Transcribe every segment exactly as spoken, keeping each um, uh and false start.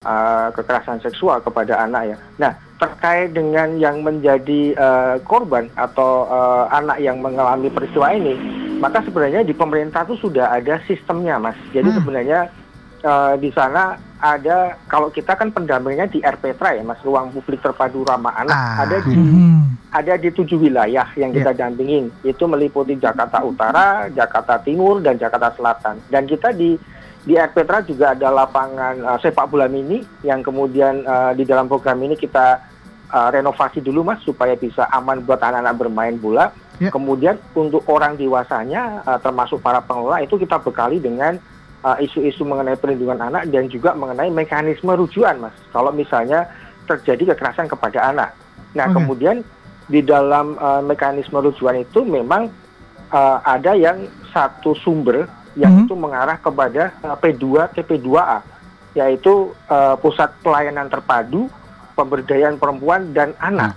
uh, kekerasan seksual kepada anak ya. Nah, terkait dengan yang menjadi uh, korban atau uh, anak yang mengalami peristiwa ini, maka sebenarnya di pemerintah itu sudah ada sistemnya, Mas. Jadi hmm. sebenarnya uh, di sana ada, kalau kita kan pendampingnya di R P T R A ya, Mas, Ruang Publik Terpadu Ramah Anak, ah. ada di hmm. ada di tujuh wilayah yang kita yeah. dampingin. Itu meliputi Jakarta Utara, Jakarta Timur, dan Jakarta Selatan. Dan kita di di R P T R A juga ada lapangan uh, sepak bola mini yang kemudian uh, di dalam program ini kita Uh, renovasi dulu, Mas, supaya bisa aman buat anak-anak bermain bola. Yeah. Kemudian untuk orang dewasanya, uh, termasuk para pengelola, itu kita bekali dengan uh, isu-isu mengenai perlindungan anak dan juga mengenai mekanisme rujukan, Mas, kalau misalnya terjadi kekerasan kepada anak. Nah, okay. kemudian di dalam uh, mekanisme rujukan itu memang uh, ada yang satu sumber yang mm-hmm. itu mengarah kepada uh, P dua T P dua A, yaitu uh, Pusat Pelayanan Terpadu Pemberdayaan Perempuan dan Anak.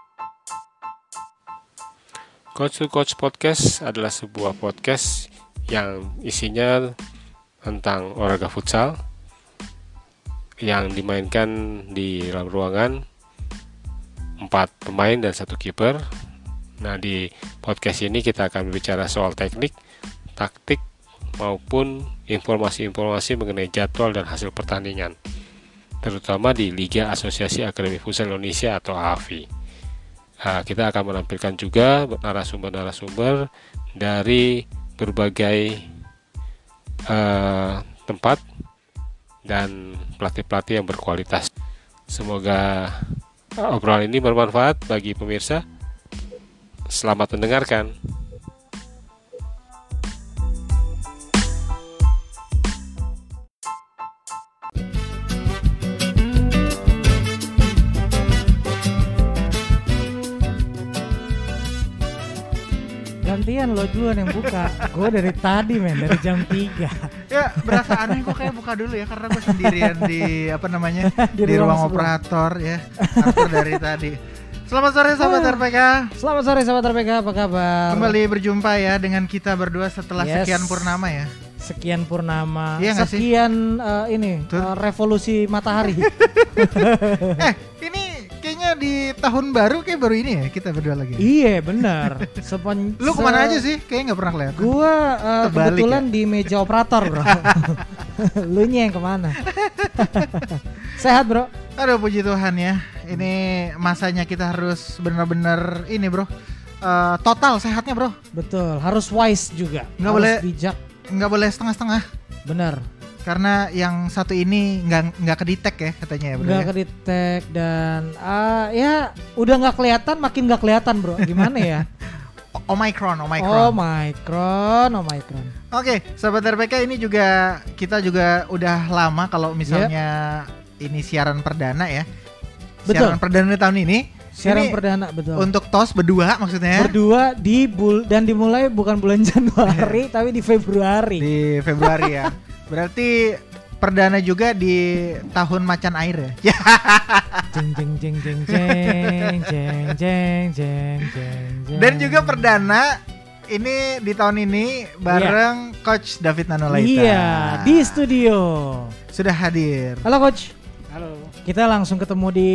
Coach to Coach Podcast adalah sebuah podcast yang isinya tentang olahraga futsal yang dimainkan di dalam ruangan empat pemain dan satu kiper. Nah, di podcast ini kita akan berbicara soal teknik, taktik, maupun informasi-informasi mengenai jadwal dan hasil pertandingan, terutama di Liga Asosiasi Akademi Futsal Indonesia atau A F I. Nah, kita akan menampilkan juga narasumber-narasumber dari berbagai uh, tempat dan pelatih-pelatih yang berkualitas. Semoga uh, obrolan ini bermanfaat bagi pemirsa. Selamat mendengarkan. Gantian lo duluan yang buka. Gue dari tadi, men, dari jam tiga. Ya, berasa aneh kok kayak buka dulu ya, karena gue sendirian di apa namanya di, di ruang, ruang operator ya. Atur dari tadi. Selamat sore sahabat R P K. Selamat sore sahabat R P K, apa kabar? Kembali berjumpa ya dengan kita berdua setelah yes. sekian purnama ya. Sekian purnama, iya sekian uh, ini uh, revolusi matahari. eh, ini kayaknya di tahun baru kayak baru ini ya kita berdua lagi. Iya benar. Sepen- Lu kemana aja sih? Kayaknya nggak pernah kelihatan. Gua uh, kebetulan ya? Di meja operator, bro. Lu nya yang kemana? Sehat, bro? Aduh, puji Tuhan ya. Ini masanya kita harus benar-benar ini, bro. Uh, total sehatnya, bro. Betul. Harus wise juga. Nggak harus boleh bijak. Nggak boleh setengah-setengah. Benar. Karena yang satu ini nggak nggak kedetek ya katanya ya, bro. Nggak ya? kedetek dan uh, ya udah nggak kelihatan, makin nggak kelihatan, bro. Gimana ya? Omicron, Omicron. Omicron, Omicron. Oke, sahabat R P K, ini juga kita juga udah lama kalau misalnya yep. ini siaran perdana ya. Betul. Siaran perdana tahun ini. Siaran ini perdana, betul. Untuk T O S berdua maksudnya. Berdua di bul dan dimulai bukan bulan Januari tapi di Februari. Di Februari ya. Berarti perdana juga di tahun macan air ya. Jeng jeng jeng jeng jeng jeng jeng jeng jeng. Dan juga perdana ini di tahun ini bareng yeah. Coach David Nanolaita. Iya, di studio. Sudah hadir. Halo Coach. Halo. Kita langsung ketemu di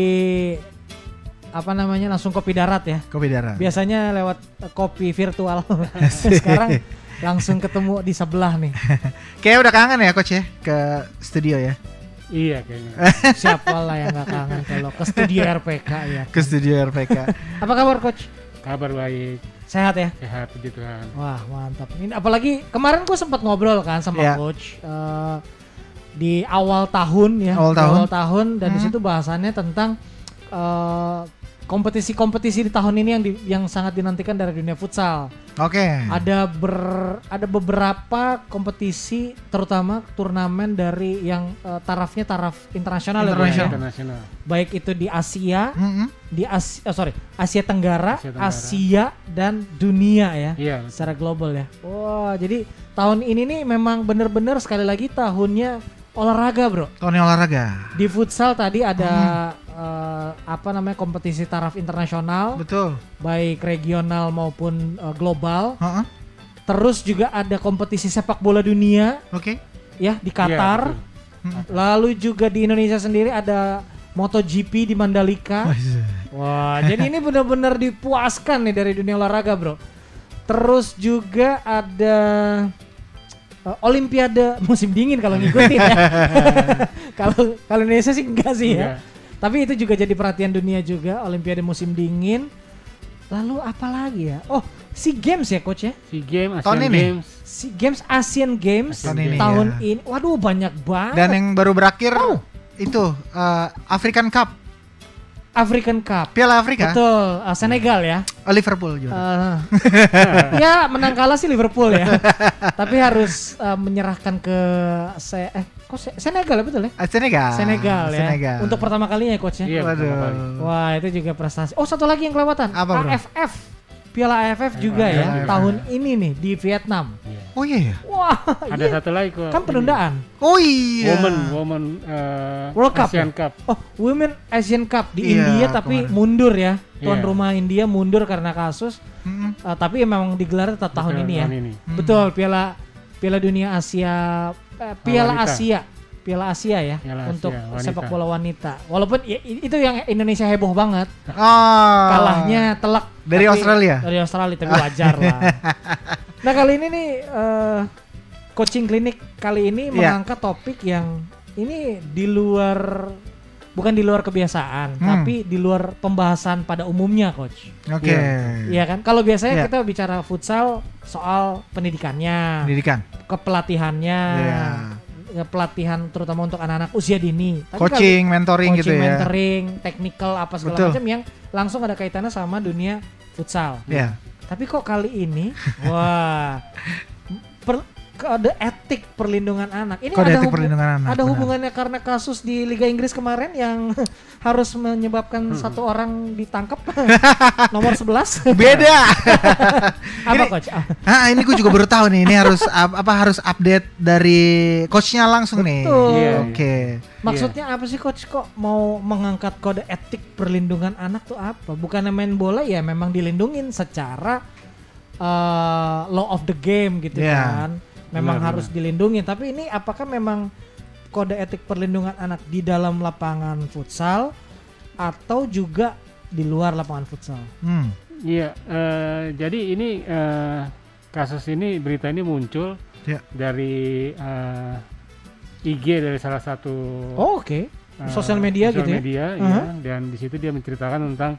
apa namanya langsung kopi darat ya. Kopi darat. Biasanya lewat kopi virtual. Sekarang langsung ketemu di sebelah nih. Kayaknya udah kangen ya Coach ya ke studio ya. Iya kayaknya. Siapa lah yang gak kangen kalau ke studio R P K ya. Ke studio R P K. Apa kabar Coach? Kabar baik. Sehat ya? Sehat, puji Tuhan. Wah mantap. Ini apalagi kemarin gue sempat ngobrol kan sama yeah. Coach uh, di awal tahun ya. Awal tahun. Awal tahun dan hmm. di situ bahasannya tentang uh, kompetisi-kompetisi di tahun ini yang di, yang sangat dinantikan dari dunia futsal. Oke. Okay. Ada ber ada beberapa kompetisi terutama turnamen dari yang uh, tarafnya taraf internasional ya. Internasional. Baik itu di Asia, mm-hmm. di Asia, oh sorry, Asia Tenggara, Asia Tenggara, Asia dan dunia ya. Iya. Secara global ya. Wah, jadi tahun ini nih memang benar-benar sekali lagi tahunnya olahraga, bro. Tahunnya olahraga. Di futsal tadi ada hmm. uh, apa namanya kompetisi taraf internasional. Betul. Baik regional maupun uh, global. Uh-uh. Terus juga ada kompetisi sepak bola dunia. Oke. Okay. Ya di Qatar. Yeah, Lalu juga di Indonesia sendiri ada MotoGP di Mandalika. Wah, jadi ini benar-benar dipuaskan nih dari dunia olahraga, bro. Terus juga ada uh, Olimpiade musim dingin kalau ngikutin ya. Kalau kalau Indonesia sih enggak sih ya. Yeah. Tapi itu juga jadi perhatian dunia juga, Olimpiade musim dingin. Lalu apa lagi ya? Oh, SEA Games ya coach ya? SEA Games, Asian Games. SEA Games, Asian Games Asian ini, tahun ya. ini. Waduh, banyak banget. Dan yang baru berakhir oh. itu uh, African Cup. African Cup. Piala Afrika. Betul, uh, Senegal ya. Oh, Liverpool juga. Uh, ya menang kalah sih Liverpool ya. Tapi harus uh, menyerahkan ke se eh kok se Senegal ya betul ya? Uh, Senegal. Senegal ya. Senegal. Untuk pertama kalinya ya coach ya. Iya, Waduh. Wah, itu juga prestasi. Oh, satu lagi yang kelewatan. Apa, bro? A F F. Piala A F F juga A F F. ya. A F F. Tahun ini nih di Vietnam. Iya. Oh iya ya. Wah, Ada iya. satu lagi kok. Kan penundaan. Oh iya. Women, Women uh, World Cup Asian ya? Cup. Oh, Women Asian Cup di Iya, India tapi kemarin. mundur ya. Tuan Iya. rumah India mundur karena kasus. Mm-mm. Uh, tapi memang digelar tetap tahun Betul, ini ya. tahun ini. Hmm. Betul, Piala Piala Dunia Asia eh, Piala Wanita. Asia. Piala Asia ya Piala Asia, untuk wanita. sepak bola wanita. Walaupun ya, itu yang Indonesia heboh banget. Oh. Kalahnya telak Dari tapi- Australia? Dari Australia tapi wajar lah. Nah, kali ini nih eh, coaching klinik kali ini Iya. mengangkat topik yang ini di luar bukan di luar kebiasaan, Hmm. tapi di luar pembahasan pada umumnya, coach. Oke. Iya kan? Kalau biasanya Iya. kita bicara futsal soal pendidikannya, Pendidikan. kepelatihannya, Iya. ya, pelatihan terutama untuk anak-anak usia dini. Tapi Coaching, kali- mentoring coaching, gitu ya. mentoring, technical apa segala Betul. macam yang langsung ada kaitannya sama dunia futsal. Iya. Tapi kok kali ini, wah, per, kode etik perlindungan anak. Ini Kode ada, etik hubu- perlindungan anak, ada benar. hubungannya karena kasus di Liga Inggris kemarin yang harus menyebabkan Hmm. satu orang ditangkap nomor sebelas. Beda. Apa Ini- coach? Ah, Ah, ini gue juga baru tahu nih. Ini harus ap- apa harus update dari coachnya langsung nih. Betul. Iya, Oke. Maksudnya apa sih coach kok mau mengangkat kode etik perlindungan anak tuh apa? Bukannya main bola ya memang dilindungin secara uh, law of the game gitu Iya. kan. Memang Benar, harus dilindungi. Tapi ini apakah memang kode etik perlindungan anak di dalam lapangan futsal atau juga di luar lapangan futsal? Hmm. Iya, eh, jadi ini eh, kasus ini berita ini muncul Ya. dari eh, I G dari salah satu Oh, oke. eh, Sosial media sosial gitu ya? media, Uh-huh. ya, dan di situ dia menceritakan tentang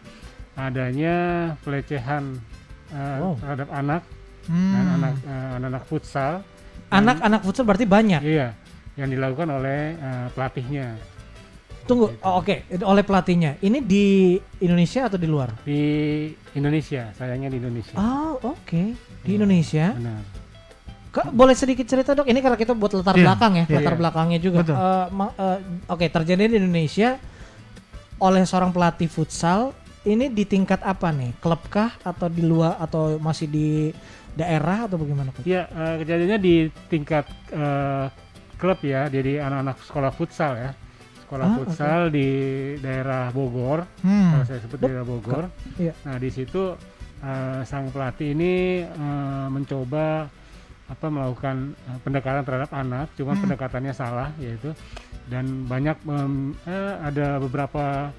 adanya pelecehan eh, Wow. terhadap anak Hmm. dan anak eh, anak-anak futsal. Anak-anak futsal berarti banyak. Iya, yang dilakukan oleh eh, pelatihnya Tunggu, oh, oke, oleh pelatihnya. Ini di Indonesia atau di luar? di Indonesia, sayangnya di Indonesia. Oh, oke. Di Indonesia. Benar. Kak, boleh sedikit cerita dok? Ini karena kita buat latar Iya, belakang ya, iya, latar iya. belakangnya juga. Betul. Eh, ma- eh, Oke, terjadi di Indonesia oleh seorang pelatih futsal. Ini di tingkat apa nih? Klub kah atau di luar atau masih di daerah atau bagaimana? Coach? Ya, eh, kejadiannya di tingkat eh, klub ya, jadi anak-anak sekolah futsal ya. Sekolah Ah, futsal di daerah Bogor, Hmm. kalau saya sebut daerah Bogor. Iya. Nah, di situ eh, sang pelatih ini eh, mencoba apa melakukan eh, pendekatan terhadap anak, cuma Hmm. pendekatannya salah yaitu dan banyak mem- eh, ada beberapa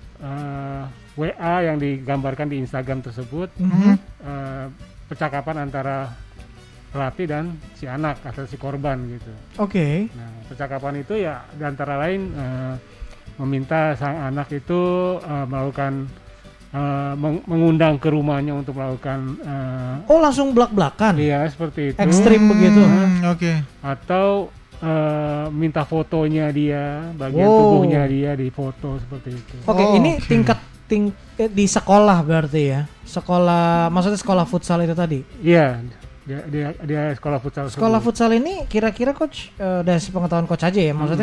eh, W A yang digambarkan di Instagram tersebut, Mhm. eh, percakapan antara pelatih dan si anak atau si korban gitu. Oke. Nah, percakapan itu ya di antara lain eh, meminta sang anak itu eh, melakukan eh, meng- mengundang ke rumahnya untuk melakukan eh, Oh langsung belak-belakan. iya seperti itu, Ekstrim begitu. Hmm, Oke. atau eh, minta fotonya dia, bagian Wow. tubuhnya dia difoto seperti itu. Oke, Oh, ini oke. tingkat ting eh, di sekolah berarti ya. Sekolah, maksudnya sekolah futsal itu tadi. Iya, dia, dia, dia sekolah futsal. Sekolah tersebut. futsal ini kira-kira coach eh, dari sepengetahuan coach aja ya, maksudnya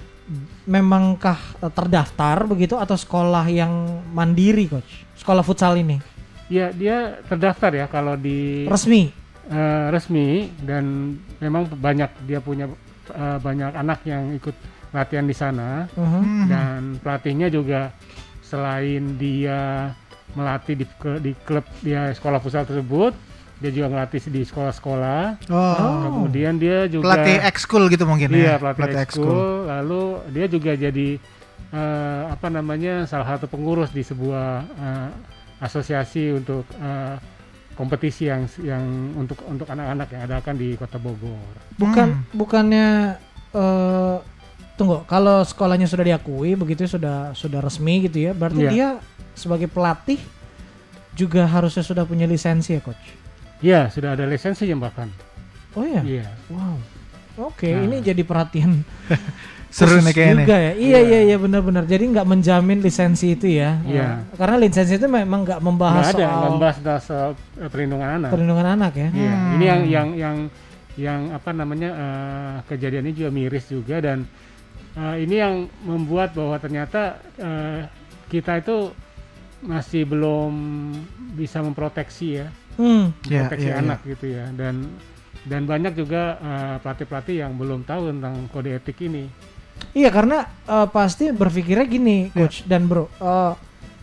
memangkah eh, terdaftar begitu atau sekolah yang mandiri coach? Sekolah futsal ini Iya, dia terdaftar ya kalau di resmi. eh, resmi dan memang banyak dia punya eh, banyak anak yang ikut latihan di sana Mhm. Hmm. dan pelatihnya juga selain dia melatih di ke- di klub dia sekolah futsal tersebut, dia juga ngelatih di sekolah-sekolah. Oh. Kemudian dia juga Pelatih ekskul gitu mungkin iya, ya. pelatih, pelatih ekskul. Lalu dia juga jadi uh, apa namanya salah satu pengurus di sebuah uh, asosiasi untuk uh, kompetisi yang yang untuk untuk anak-anak yang adakan di Kota Bogor. Bukan Hmm. bukannya uh, tunggu, kalau sekolahnya sudah diakui begitu sudah sudah resmi gitu ya, berarti Iya. dia sebagai pelatih juga harusnya sudah punya lisensi ya, coach? Iya, sudah ada lisensinya bahkan. Oh ya. Iya. Wow. Oke, Nah. ini jadi perhatian Seru khusus nih kayaknya. juga ya. Iya iya iya benar-benar. Jadi nggak menjamin lisensi itu ya. Iya. Uh, karena lisensi itu memang nggak membahas Nggak ada soal membahas tentang soal uh, perlindungan anak. perlindungan anak ya. Iya, Hmm. ini yang yang yang yang apa namanya uh, kejadian ini juga miris juga dan uh, ini yang membuat bahwa ternyata uh, kita itu masih belum bisa memproteksi ya, Hmm. Iya, proteksi iya, anak gitu ya dan dan banyak juga uh, pelatih-pelatih yang belum tahu tentang kode etik ini. Iya karena uh, pasti berpikirnya gini, coach dan bro. Uh,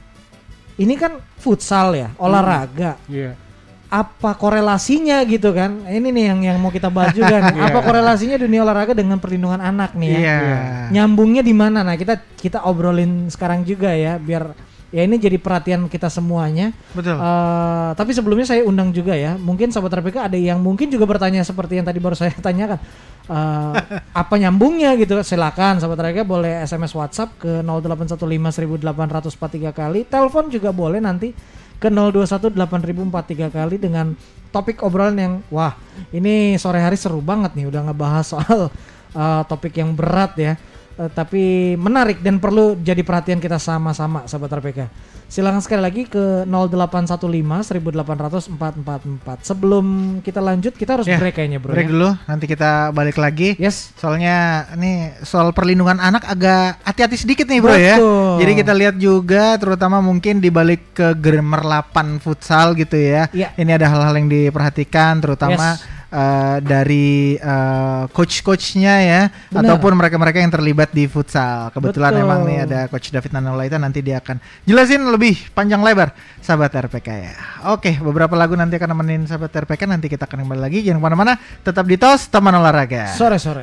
ini kan futsal ya, olahraga. Iya. Apa korelasinya gitu kan? Ini nih yang yang mau kita bahas juga nih. Iya. Apa korelasinya dunia olahraga dengan perlindungan anak nih ya? Iya. Nyambungnya di mana? Nah, kita kita obrolin sekarang juga ya biar ya ini jadi perhatian kita semuanya. Betul. Uh, tapi sebelumnya saya undang juga ya. Mungkin sahabat R P K ada yang mungkin juga bertanya seperti yang tadi baru saya tanyakan. Uh, apa nyambungnya gitu? Silakan sahabat R P K boleh S M S WhatsApp ke nol delapan satu lima satu delapan nol nol empat tiga kali. Telepon juga boleh nanti ke nol dua satu delapan nol nol empat tiga kali dengan topik obrolan yang wah ini sore hari seru banget nih udah ngebahas soal uh, topik yang berat ya. Uh, tapi menarik dan perlu jadi perhatian kita sama-sama sahabat R P K. Silakan sekali lagi ke nol delapan satu lima satu delapan nol nol empat empat empat. Sebelum kita lanjut kita harus Ya, break kayaknya bro. Break ya. dulu, nanti kita balik lagi. Yes. Soalnya nih soal perlindungan anak agak hati-hati sedikit nih bro ya. Betul. Jadi kita lihat juga terutama mungkin di balik ke gemerlapan futsal gitu ya. Iya. Ini ada hal-hal yang diperhatikan terutama Yes. uh, dari uh, coach-coachnya ya. Benar. Ataupun mereka-mereka yang terlibat di futsal. Kebetulan Betul. memang nih ada Coach David Nanolaita, nanti dia akan jelasin lebih panjang lebar sahabat R P K ya. Oke, beberapa lagu nanti akan nemenin sahabat R P K, nanti kita akan kembali lagi. Jangan kemana-mana, tetap di T O S Teman Olahraga. Sore-sore.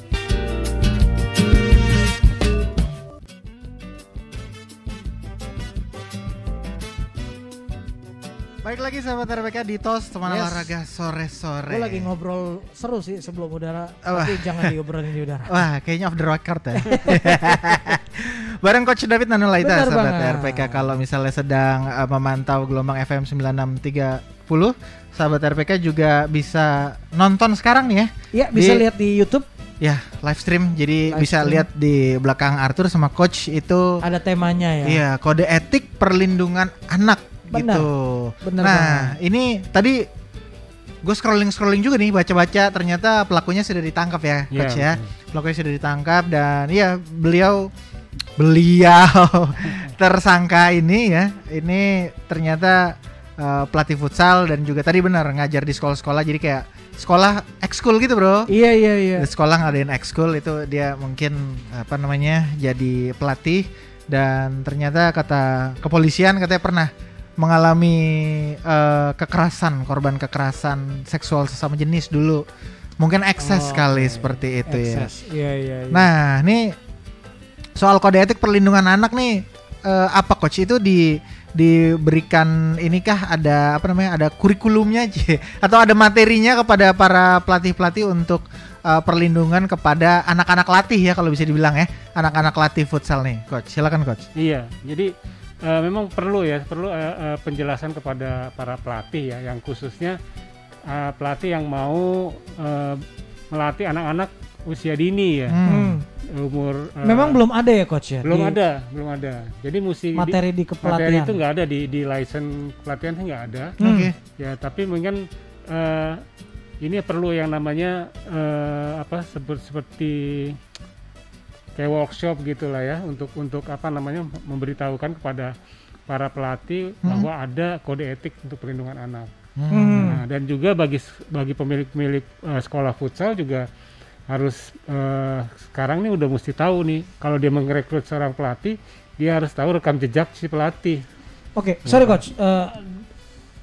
Baik lagi sahabat R P K di T O S Teman Yes. Olahraga sore-sore. Gue lagi ngobrol seru sih sebelum udara, Wah. tapi jangan diobrolin di udara. Wah, kayaknya off the record ya. Bareng Coach David Nanolaita Benar sahabat banget. R P K, kalau misalnya sedang uh, memantau gelombang F M sembilan enam tiga nol, sahabat R P K juga bisa nonton sekarang nih ya. Iya bisa Di- lihat di YouTube Ya, live stream. Jadi Live bisa stream. lihat di belakang Arthur sama Coach itu ada temanya ya. iya, kode etik perlindungan anak Benar. gitu. Benar nah, banget. ini tadi gue scrolling-scrolling juga nih, baca-baca ternyata pelakunya sudah ditangkap ya, Iya, Coach ya. betul. Pelakunya sudah ditangkap dan ya beliau beliau tersangka ini ya, ini ternyata uh, pelatih futsal dan juga tadi benar ngajar di sekolah-sekolah, jadi kayak sekolah ekskul gitu bro. Iya iya iya. Di sekolah ngadain ekskul itu dia mungkin apa namanya jadi pelatih dan ternyata kata kepolisian katanya pernah mengalami uh, kekerasan, korban kekerasan seksual sesama jenis dulu. Mungkin ekses Oh, kali oke. seperti itu ya. Ekses. Iya iya. iya. Nah, ini soal kode etik perlindungan anak nih eh, apa Coach itu di diberikan inikah ada apa namanya ada kurikulumnya aja atau ada materinya kepada para pelatih-pelatih untuk eh, perlindungan kepada anak-anak latih ya kalau bisa dibilang ya, anak-anak latih futsal nih, Coach. Silakan Coach. Iya, jadi uh, memang perlu ya, perlu uh, uh, penjelasan kepada para pelatih ya, yang khususnya uh, pelatih yang mau uh, melatih anak-anak usia dini ya, Hmm. umur. uh, Memang belum ada ya coach ya? belum Di ada, belum ada. Jadi mesti di- materi di materi kepelatihan. itu nggak ada di di license pelatihan sih nggak ada. Hmm. Oke. Ya, tapi mungkin uh, ini perlu yang namanya uh, apa seperti seperti kayak workshop gitulah ya untuk untuk apa namanya memberitahukan kepada para pelatih Hmm. bahwa ada kode etik untuk perlindungan anak. Hmm. Nah, dan juga bagi bagi pemilik-pemilik uh, sekolah futsal juga harus uh, sekarang nih udah mesti tahu nih kalau dia merekrut seorang pelatih dia harus tahu rekam jejak si pelatih. Oke, sorry coach. Eh,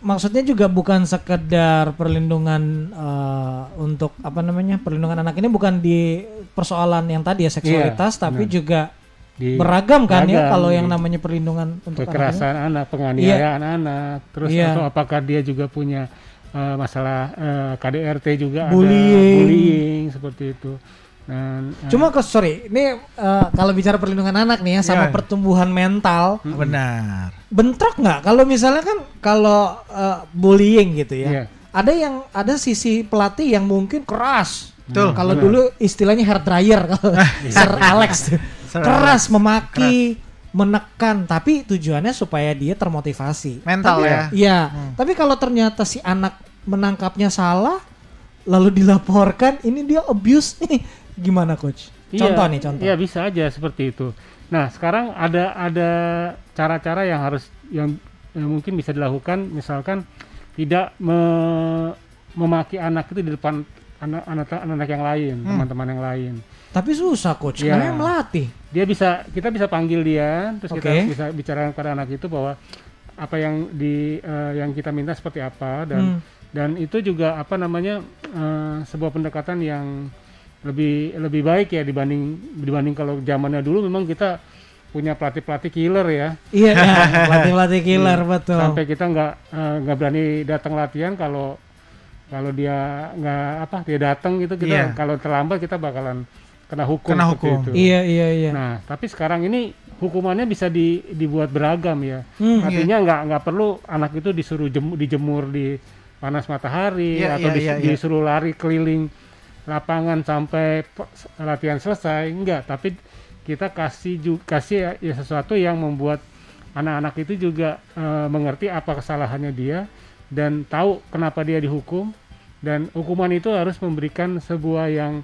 maksudnya juga bukan sekedar perlindungan uh, untuk apa namanya perlindungan anak ini bukan di persoalan yang tadi ya seksualitas, iya, tapi benar. juga Di beragam kan beragam, ya kalau yang di namanya perlindungan untuk kekerasan anak, anak, penganiayaan yeah. anak, terus yeah. atau apakah dia juga punya uh, masalah uh, K D R T juga bullying. ada bullying seperti itu. Dan, uh, Cuma ke sorry, ini uh, kalau bicara perlindungan anak nih ya sama Yeah. pertumbuhan mental, hmm. Benar. bentrok nggak? Kalau misalnya kan kalau uh, bullying gitu ya, Iya. ada yang ada sisi pelatih yang mungkin keras. Betul. Kalau Benar. dulu istilahnya hair dryer kalau Sir Alex tuh. Sir keras memaki, menekan, tapi tujuannya supaya dia termotivasi. Mental Tapi- ya. Iya. Hmm. Tapi kalau ternyata si anak menangkapnya salah, lalu dilaporkan, ini dia abuse nih, gimana coach? Iya, Contoh nih, contoh. Iya bisa aja seperti itu. Nah sekarang ada ada cara-cara yang harus yang, yang mungkin bisa dilakukan, misalkan tidak me- memaki anak itu di depan anak-anak anak yang lain, Hmm. teman-teman yang lain. Tapi susah coach, Iya. namanya melatih. Dia bisa, kita bisa panggil dia, terus kita Oke. bisa bicara kepada anak itu bahwa apa yang di eh, yang kita minta seperti apa, dan Hmm. dan itu juga apa namanya eh, sebuah pendekatan yang lebih lebih baik ya dibanding dibanding kalau zamannya dulu memang kita punya pelatih-pelatih killer ya. Iya, ya, pelatih-pelatih killer, betul. Sampai kita nggak eh, nggak berani datang latihan kalau kalau dia nggak apa dia datang gitu kita Iya. kalau terlambat kita bakalan kena hukum Kena seperti hukum. itu. Iya, iya, iya. Nah, tapi sekarang ini hukumannya bisa di, dibuat beragam ya. Hmm, Artinya nggak nggak perlu anak itu disuruh jemu, dijemur di panas matahari Iya, atau iya, dis- iya, iya. disuruh lari keliling lapangan sampai pe- latihan selesai. Enggak, tapi kita kasih ju- kasih ya, ya sesuatu yang membuat anak-anak itu juga eh, mengerti apa kesalahannya dia dan tahu kenapa dia dihukum, dan hukuman itu harus memberikan sebuah yang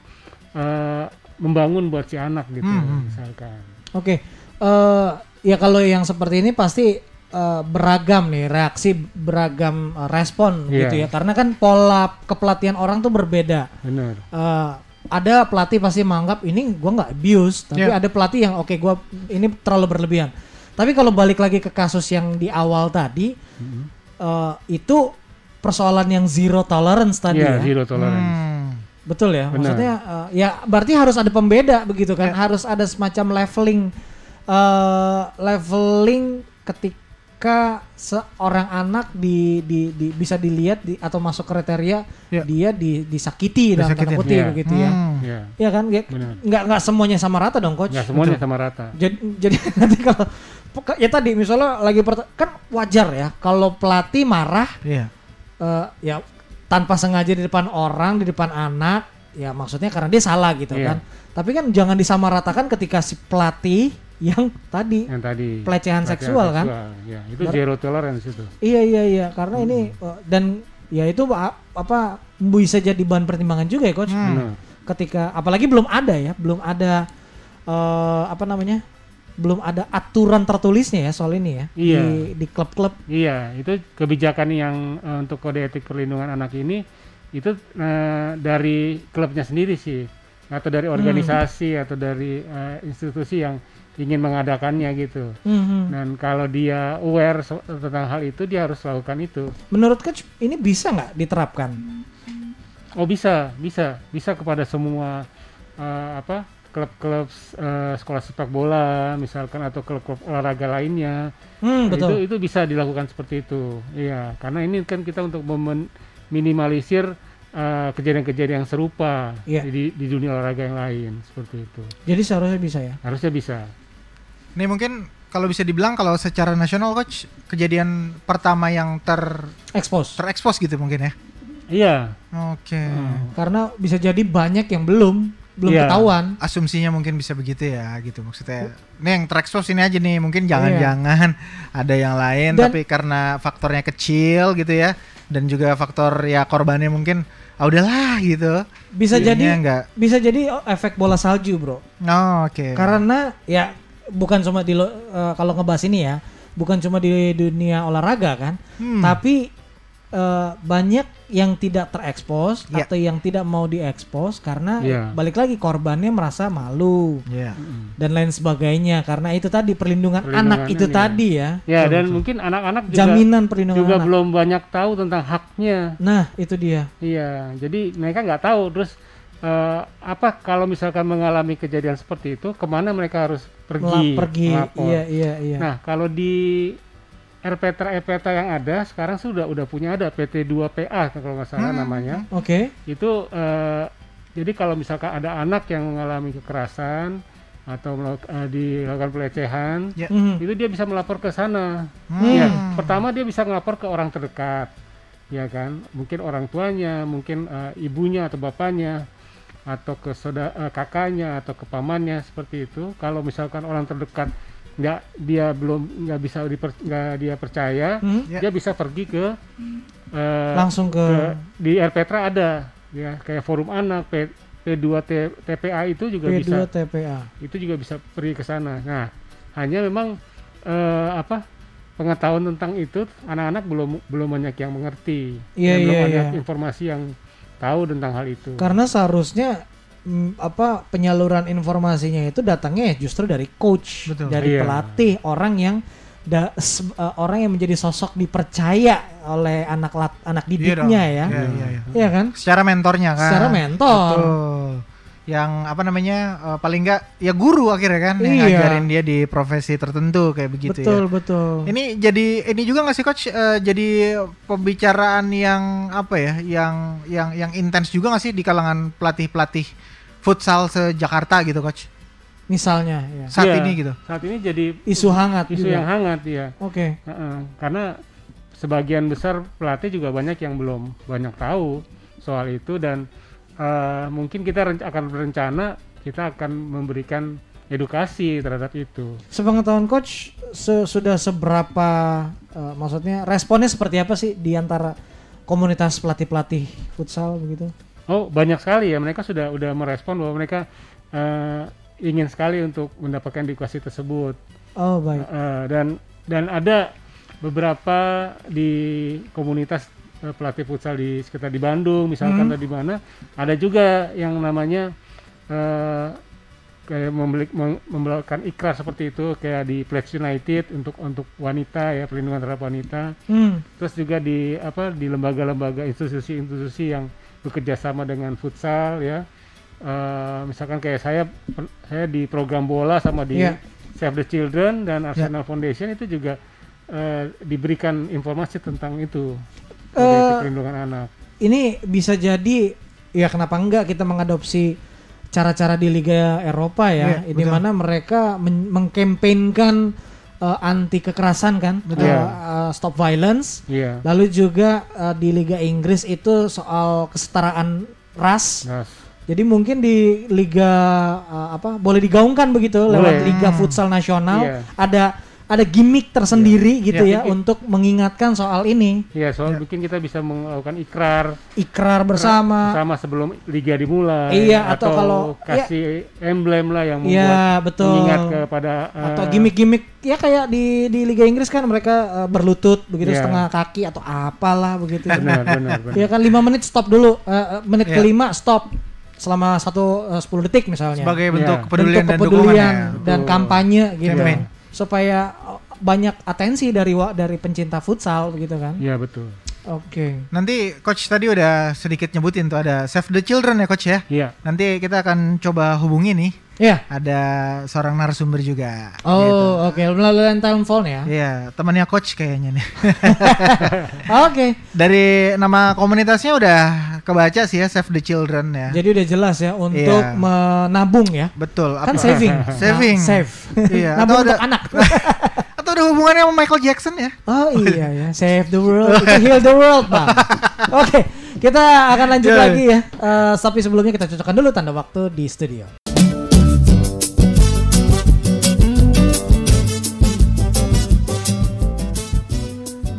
eh, membangun buat si anak gitu, Hmm. misalkan. Oke, eh, ya kalau yang seperti ini pasti eh, beragam nih reaksi, beragam eh, respon Iya. gitu ya. Karena kan pola kepelatihan orang tuh berbeda. Benar. Eh, ada pelatih pasti menganggap ini gua nggak abuse, tapi Iya. ada pelatih yang oke gua ini terlalu berlebihan. Tapi kalau balik lagi ke kasus yang di awal tadi, Mhm. eh, itu persoalan yang zero tolerance tadi Iya, ya. zero tolerance. Hmm. Betul ya, Benar. maksudnya uh, ya berarti harus ada pembeda begitu kan, harus ada semacam leveling, uh, leveling ketika seorang anak di, di, di bisa dilihat di, atau masuk kriteria Ya. dia di, disakiti dalam tanda Disakitin, kutip ya. begitu ya, Hmm. Iya, ya kan, Ya, benar. nggak nggak semuanya sama rata dong coach. Nggak semuanya Betul. sama rata. Jadi, jadi nanti kalau ya tadi misalnya lagi pert- kan wajar ya kalau pelatih marah Iya. eh, ya tanpa sengaja di depan orang, di depan anak, ya maksudnya karena dia salah gitu Iya. kan. Tapi kan jangan disamaratakan ketika si pelatih yang tadi. Yang tadi Pelecehan seksual, kan? Ya, itu Ber- zero tolerance itu. Iya iya iya, karena ini eh, dan ya itu a- apa bisa jadi bahan pertimbangan juga ya coach. Hmm. Benar. Ketika apalagi belum ada ya, belum ada eh, apa namanya? Belum ada aturan tertulisnya ya soal ini ya Iya. di di klub-klub. Iya, itu kebijakan yang eh, untuk kode etik perlindungan anak ini itu eh, dari klubnya sendiri sih, atau dari organisasi atau dari eh, institusi yang ingin mengadakannya gitu. Mhm. Dan kalau dia aware so- tentang hal itu, dia harus lakukan itu. Menurut coach ini bisa nggak diterapkan? Oh bisa, bisa, bisa kepada semua eh, apa klub-klub eh, sekolah sepak bola misalkan atau klub-klub olahraga lainnya. Hmm, Nah, betul. Itu itu bisa dilakukan seperti itu. Iya, karena ini kan kita untuk meminimalisir eh, kejadian-kejadian yang serupa Iya. di di dunia olahraga yang lain seperti itu. Jadi seharusnya bisa ya. Harusnya bisa. Ini mungkin kalau bisa dibilang kalau secara nasional coach kejadian pertama yang ter Expose. terekspos gitu mungkin ya. Iya. Oke. Hmm. Karena bisa jadi banyak yang belum belum Iya. ketahuan. Asumsinya mungkin bisa begitu ya gitu maksudnya. Ini yang terekspos ini aja nih mungkin jangan-jangan ada yang lain Dan- tapi karena faktornya kecil gitu ya dan juga faktor ya korbannya mungkin ah udahlah gitu. Bisa Jadinya jadi enggak. bisa jadi oh, efek bola salju, Bro. Oh, oke. Karena ya bukan cuma di lo- eh, kalau ngebahas ini ya, bukan cuma di dunia olahraga kan, Hmm. tapi uh, banyak yang tidak terekspos Ya. atau yang tidak mau diekspos karena Ya. balik lagi korbannya merasa malu Iya. dan lain sebagainya karena itu tadi perlindungan, Perlindungan anak itu ini, tadi ya. Ya, Betul, dan betul. mungkin anak-anak juga Jaminan perlindungan juga anak. belum banyak tahu tentang haknya. Nah, itu dia. Iya, jadi mereka nggak tahu. Terus eh, apa kalau misalkan mengalami kejadian seperti itu, kemana mereka harus pergi? Melap- pergi. melapor? Iya, iya, iya. Nah, kalau di R P T R P T yang ada sekarang sudah udah punya ada P T dua P A kalau nggak salah Hmm. namanya. Oke. Itu eh, jadi kalau misalkan ada anak yang mengalami kekerasan atau melaku- eh, dilakukan pelecehan, Ya. Mhm. itu dia bisa melapor ke sana. Hmm. Ya, pertama dia bisa melapor ke orang terdekat, ya kan? Mungkin orang tuanya, mungkin eh, ibunya atau bapaknya, atau ke saudara, eh, kakaknya atau ke pamannya seperti itu. Kalau misalkan orang terdekat nggak dia belum nggak bisa diper, nggak dia percaya, Hmm? Ya. dia bisa pergi ke eh, Langsung ke, ke- di R P T R A ada, ya kayak forum anak P, P2 T, TPA itu juga P dua bisa. T P A. Itu juga bisa pergi ke sana. Nah, hanya memang eh, apa pengetahuan tentang itu anak-anak belum belum banyak yang mengerti. Iya, Dan belum iya, ada iya. informasi yang tahu tentang hal itu. Karena seharusnya mm, apa penyaluran informasinya itu datangnya justru dari coach, Betul. dari Iya. pelatih, orang yang da, s- uh, orang yang menjadi sosok dipercaya oleh anak lat, anak Iya didiknya dong. ya. Iya, iya, iya. Iya kan? Secara mentornya kan. Secara mentor. Betul. Yang apa namanya eh, paling enggak ya guru akhirnya kan yang Iya. ngajarin dia di profesi tertentu kayak begitu betul, ya. betul. Ini jadi ini juga nggak sih coach eh, jadi pembicaraan yang apa ya yang yang yang intens juga nggak sih di kalangan pelatih-pelatih futsal se-Jakarta gitu coach Misalnya ya. saat Iya, ini gitu. Saat ini jadi Isu hangat isu juga. yang hangat ya. Oke. Heeh, karena sebagian besar pelatih juga banyak yang belum banyak tahu soal itu dan eh, mungkin kita ren- akan berencana kita akan memberikan edukasi terhadap itu. Sepengetahuan coach se- sudah seberapa uh, maksudnya responnya seperti apa sih di antara komunitas pelatih-pelatih futsal begitu? Oh, banyak sekali ya, mereka sudah udah merespon bahwa mereka eh, ingin sekali untuk mendapatkan edukasi tersebut. Oh, baik. Eh, dan dan ada beberapa di komunitas eh, pelatih futsal di sekitar di Bandung misalkan Hmm. atau di mana ada juga yang namanya eh, kayak membeli, mem- memberikan ikrar seperti itu kayak di Pledge United untuk untuk wanita ya, perlindungan terhadap wanita. Hmm. Terus juga di apa di lembaga-lembaga institusi-institusi yang bekerja sama dengan futsal ya. Eh, misalkan kayak saya per- saya di program bola sama di Iya. Save the Children dan Arsenal Foundation itu juga eh, diberikan informasi tentang itu kode etik Eh, perlindungan anak. Ini bisa jadi ya kenapa enggak kita mengadopsi cara-cara di Liga Eropa ya, Iya, di betul. mana mereka men- mengkampanyekan uh, anti kekerasan kan, Betul. uh, uh, stop violence. Iya. Lalu juga uh, di Liga Inggris itu soal kesetaraan ras. Nah, Jadi mungkin di liga uh, apa boleh digaungkan begitu Boleh. lewat Liga Futsal Nasional Iya. ada ada gimmick tersendiri gitu Iya. ya untuk mengingatkan soal ini, Iya, soal Ya. mungkin kita bisa melakukan ikrar ikrar bersama. bersama sebelum liga dimulai. Iya, atau kalau- kasih emblem lah yang membuat Iya, betul. mengingat kepada eh, Atau gimmick-gimmick ya kayak di di Liga Inggris kan mereka uh, berlutut begitu Iya. setengah kaki atau apalah begitu. ya. benar benar benar. Iya kan lima menit stop dulu, uh, uh, menit Iya. kelima stop selama satu uh, sepuluh detik misalnya. Sebagai bentuk Iya. kepedulian Bentuk dan dukungan kepedulian ya. dan Betul. kampanye gitu. Campaign. Supaya uh, banyak atensi dari wa- dari pencinta futsal begitu kan. Iya, betul. Oke. Nanti coach tadi udah sedikit nyebutin tuh ada Save the Children ya coach ya. Iya. Nanti kita akan coba hubungi nih. Ya. Ada seorang narasumber juga. gitu. Oh, oke. Melalui telepon ya. Iya, temannya coach kayaknya nih. Oke. Dari nama komunitasnya udah kebaca sih ya, Save the Children ya. Jadi udah jelas ya untuk Iya. menabung ya. Betul. Kan apa- saving. Saving. Nah, save. Iya, Nabung atau untuk ada- anak. Atau ada hubungannya sama Michael Jackson ya? Oh iya ya, save the world, itu heal the world, Bang. Oke, kita akan lanjut Yeah. lagi ya. Eh, tapi sebelumnya kita cocokkan dulu tanda waktu di studio.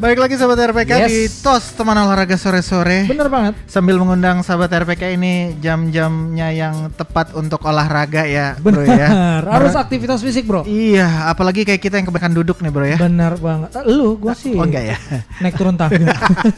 Baik lagi sahabat R P K Yes. di T O S teman olahraga sore-sore. Bener banget. Sambil mengundang sahabat R P K ini jam-jamnya yang tepat untuk olahraga ya, bro ya. Bener. Harus aktivitas fisik, bro. Iya, apalagi kayak kita yang kebanyakan duduk nih, bro ya. Bener banget. Eh, Lu, gua sih. Oh enggak ya. Naik turun tangga.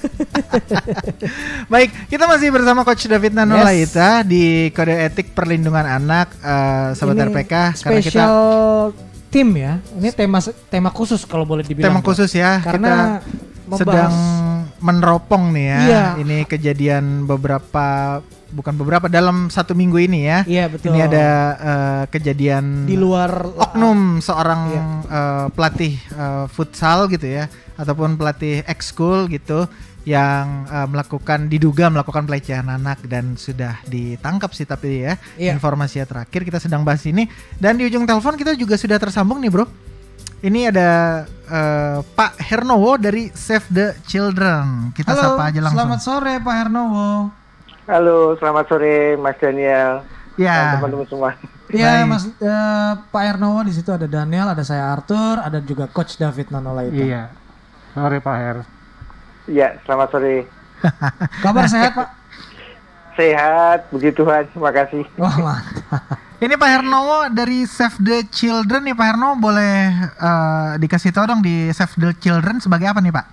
Baik, kita masih bersama Coach David Yes. Nanolaita di Kode Etik Perlindungan Anak, uh, sahabat Ini R P K. Karena kita Special tim ya. Ini tema tema khusus kalau boleh dibilang. tema bro. khusus ya. Karena kita membahas- sedang meneropong nih ya. Iya. Ini kejadian beberapa, bukan beberapa, dalam satu minggu ini ya. Iya, betul. Ini ada uh, kejadian di luar oknum seorang Iya. uh, pelatih uh, futsal gitu ya, ataupun pelatih ekskul gitu yang uh, melakukan, diduga melakukan pelecehan anak dan sudah ditangkap sih tapi ya. Iya. Informasi terakhir kita sedang bahas ini, dan di ujung telepon kita juga sudah tersambung nih, bro. Ini ada uh, Pak Hernowo dari Save the Children. Kita Halo, sapa aja langsung. selamat sore Pak Hernowo. Halo, selamat sore Mas Daniel dan Ya. teman-teman semua. Iya, Baik. Mas eh, Pak Hernowo, di situ ada Daniel, ada saya Arthur, ada juga Coach David Nanolaita. Iya. Sore Pak Her. Ya, selamat sore. Kabar sehat, Pak? Sehat, puji Tuhan, terima kasih. Wah, mantap. Ini Pak Hernowo dari Save the Children nih, Pak Hernowo boleh uh, dikasih tahu dong di Save the Children sebagai apa nih, Pak?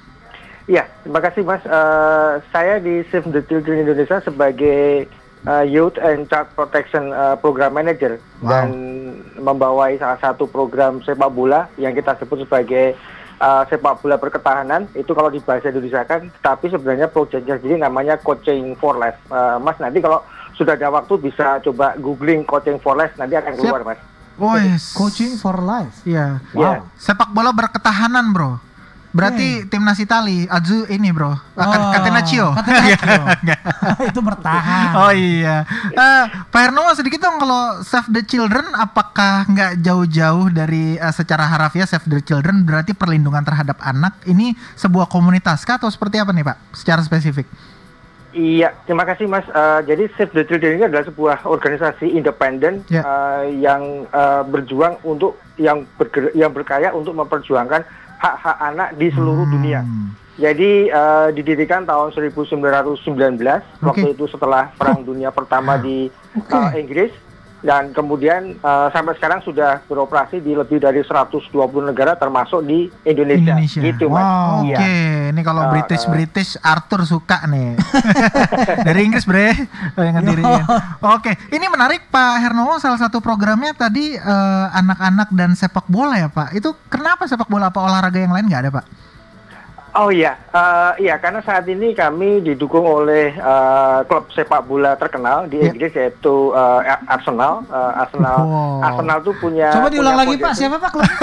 Ya, terima kasih Mas. Eh, saya di Save the Children Indonesia sebagai eh, Youth and Child Protection eh, Program Manager. Wow. Dan membawai salah satu program sepak bola yang kita sebut sebagai eh, sepak bola berketahanan. Itu kalau di bahasa Indonesia kan, tapi sebenarnya proyeknya sendiri namanya Coaching for Life. Eh, Mas, nanti kalau sudah ada waktu bisa coba googling Coaching for Life, nanti akan keluar, Mas. Oh, yes. Coaching for life. Iya. Wow. Sepak bola berketahanan, bro. Berarti timnas Itali, Azu ini, bro. Oh, Catenaccio. Catenaccio. Itu bertahan. Oh iya. Eh, Pak Hernowo sedikit dong, kalau Save the Children apakah nggak jauh-jauh dari uh, secara harafiah Save the Children berarti perlindungan terhadap anak, ini sebuah komunitas kah atau seperti apa nih, Pak? Secara spesifik. Iya, terima kasih Mas. Eh, jadi Save the Children ini adalah sebuah organisasi independen Ya. eh, yang eh, berjuang untuk yang berger- yang berkarya untuk memperjuangkan hak-hak anak di seluruh Hmm. dunia. Jadi eh, didirikan tahun seribu sembilan ratus sembilan belas, Oke. waktu itu setelah Perang Dunia Pertama di Oke. eh, Inggris, dan kemudian eh, sampai sekarang sudah beroperasi di lebih dari seratus dua puluh negara termasuk di Indonesia. Indonesia. Gitu Mas. Wow, Iya. oke. Ini kalau Uh, British uh. British Arthur suka nih. Dari Inggris, Bre. Oh, yang ngediriin. Oke, ini menarik Pak Hernowo, salah satu programnya tadi eh, anak-anak dan sepak bola ya, Pak. Itu kenapa sepak bola, apa olahraga yang lain nggak ada, Pak? Oh iya, eh, iya karena saat ini kami didukung oleh eh, klub sepak bola terkenal di Ya. Inggris yaitu eh, Arsenal. Eh, Arsenal, Wow. Arsenal tuh punya. Coba diulang punya lagi, Pak. fondasi Siapa, Pak? klub?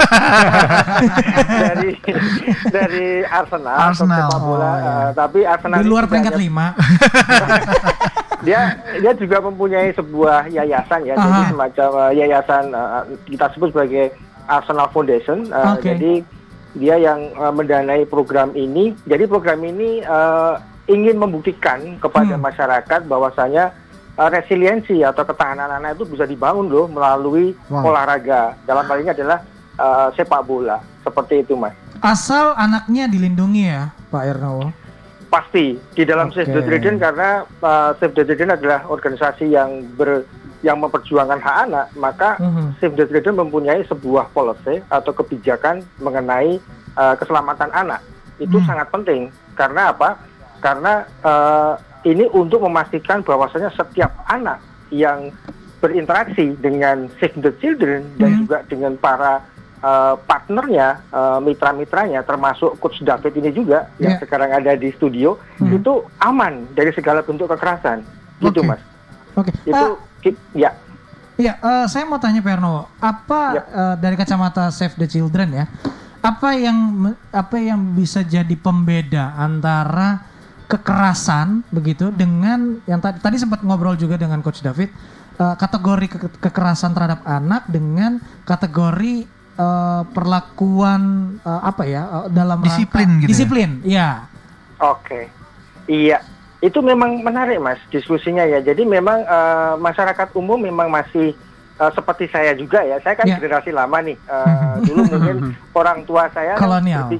dari dari Arsenal, klub Arsenal. sepak bola. Oh, iya. eh, tapi Arsenal Di ini luar tidak peringkat hanya- lima. dia dia juga mempunyai sebuah yayasan ya, jadi Aha. semacam eh, yayasan eh, kita sebut sebagai Arsenal Foundation. Eh, Oke. Jadi dia yang eh, mendanai program ini. Jadi program ini eh, ingin membuktikan kepada Hmm. masyarakat bahwasanya eh, resiliensi atau ketahanan anak itu bisa dibangun loh melalui Wow. olahraga. Dalam hal ini adalah eh, sepak bola. Seperti itu, Mas. Asal anaknya dilindungi ya, Pak Hernowo. Pasti di dalam Oke. Save the Children, karena uh, Save the Children adalah organisasi yang ber yang memperjuangkan hak anak, maka Mhm. Save the Children mempunyai sebuah policy atau kebijakan mengenai uh, keselamatan anak. Itu Hmm. sangat penting. Karena apa? Karena uh, ini untuk memastikan bahwasanya setiap anak yang berinteraksi dengan Save the Children dan Hmm. juga dengan para uh, partnernya, uh, mitra-mitranya, termasuk Coach David ini juga yang Ya. sekarang ada di studio, Hmm. itu aman dari segala bentuk kekerasan. Gitu, Oke. Mas. Oke. Itu Ah, ki- ya. Iya, eh, saya mau tanya Pak Hernowo, apa Ya. eh, dari kacamata Save the Children ya, apa yang me- apa yang bisa jadi pembeda antara kekerasan begitu dengan yang tadi tadi sempat ngobrol juga dengan Coach David, eh, kategori ke- kekerasan terhadap anak dengan kategori eh, perlakuan eh, apa ya eh, dalam Disiplin rangka, gitu ya? disiplin, iya. Oke. Iya. Itu memang menarik, Mas, diskusinya ya. Jadi memang eh, masyarakat umum memang masih eh, seperti saya juga ya. Saya kan Ya. generasi lama nih. Eh, dulu mungkin orang tua saya Kolonial. berpi-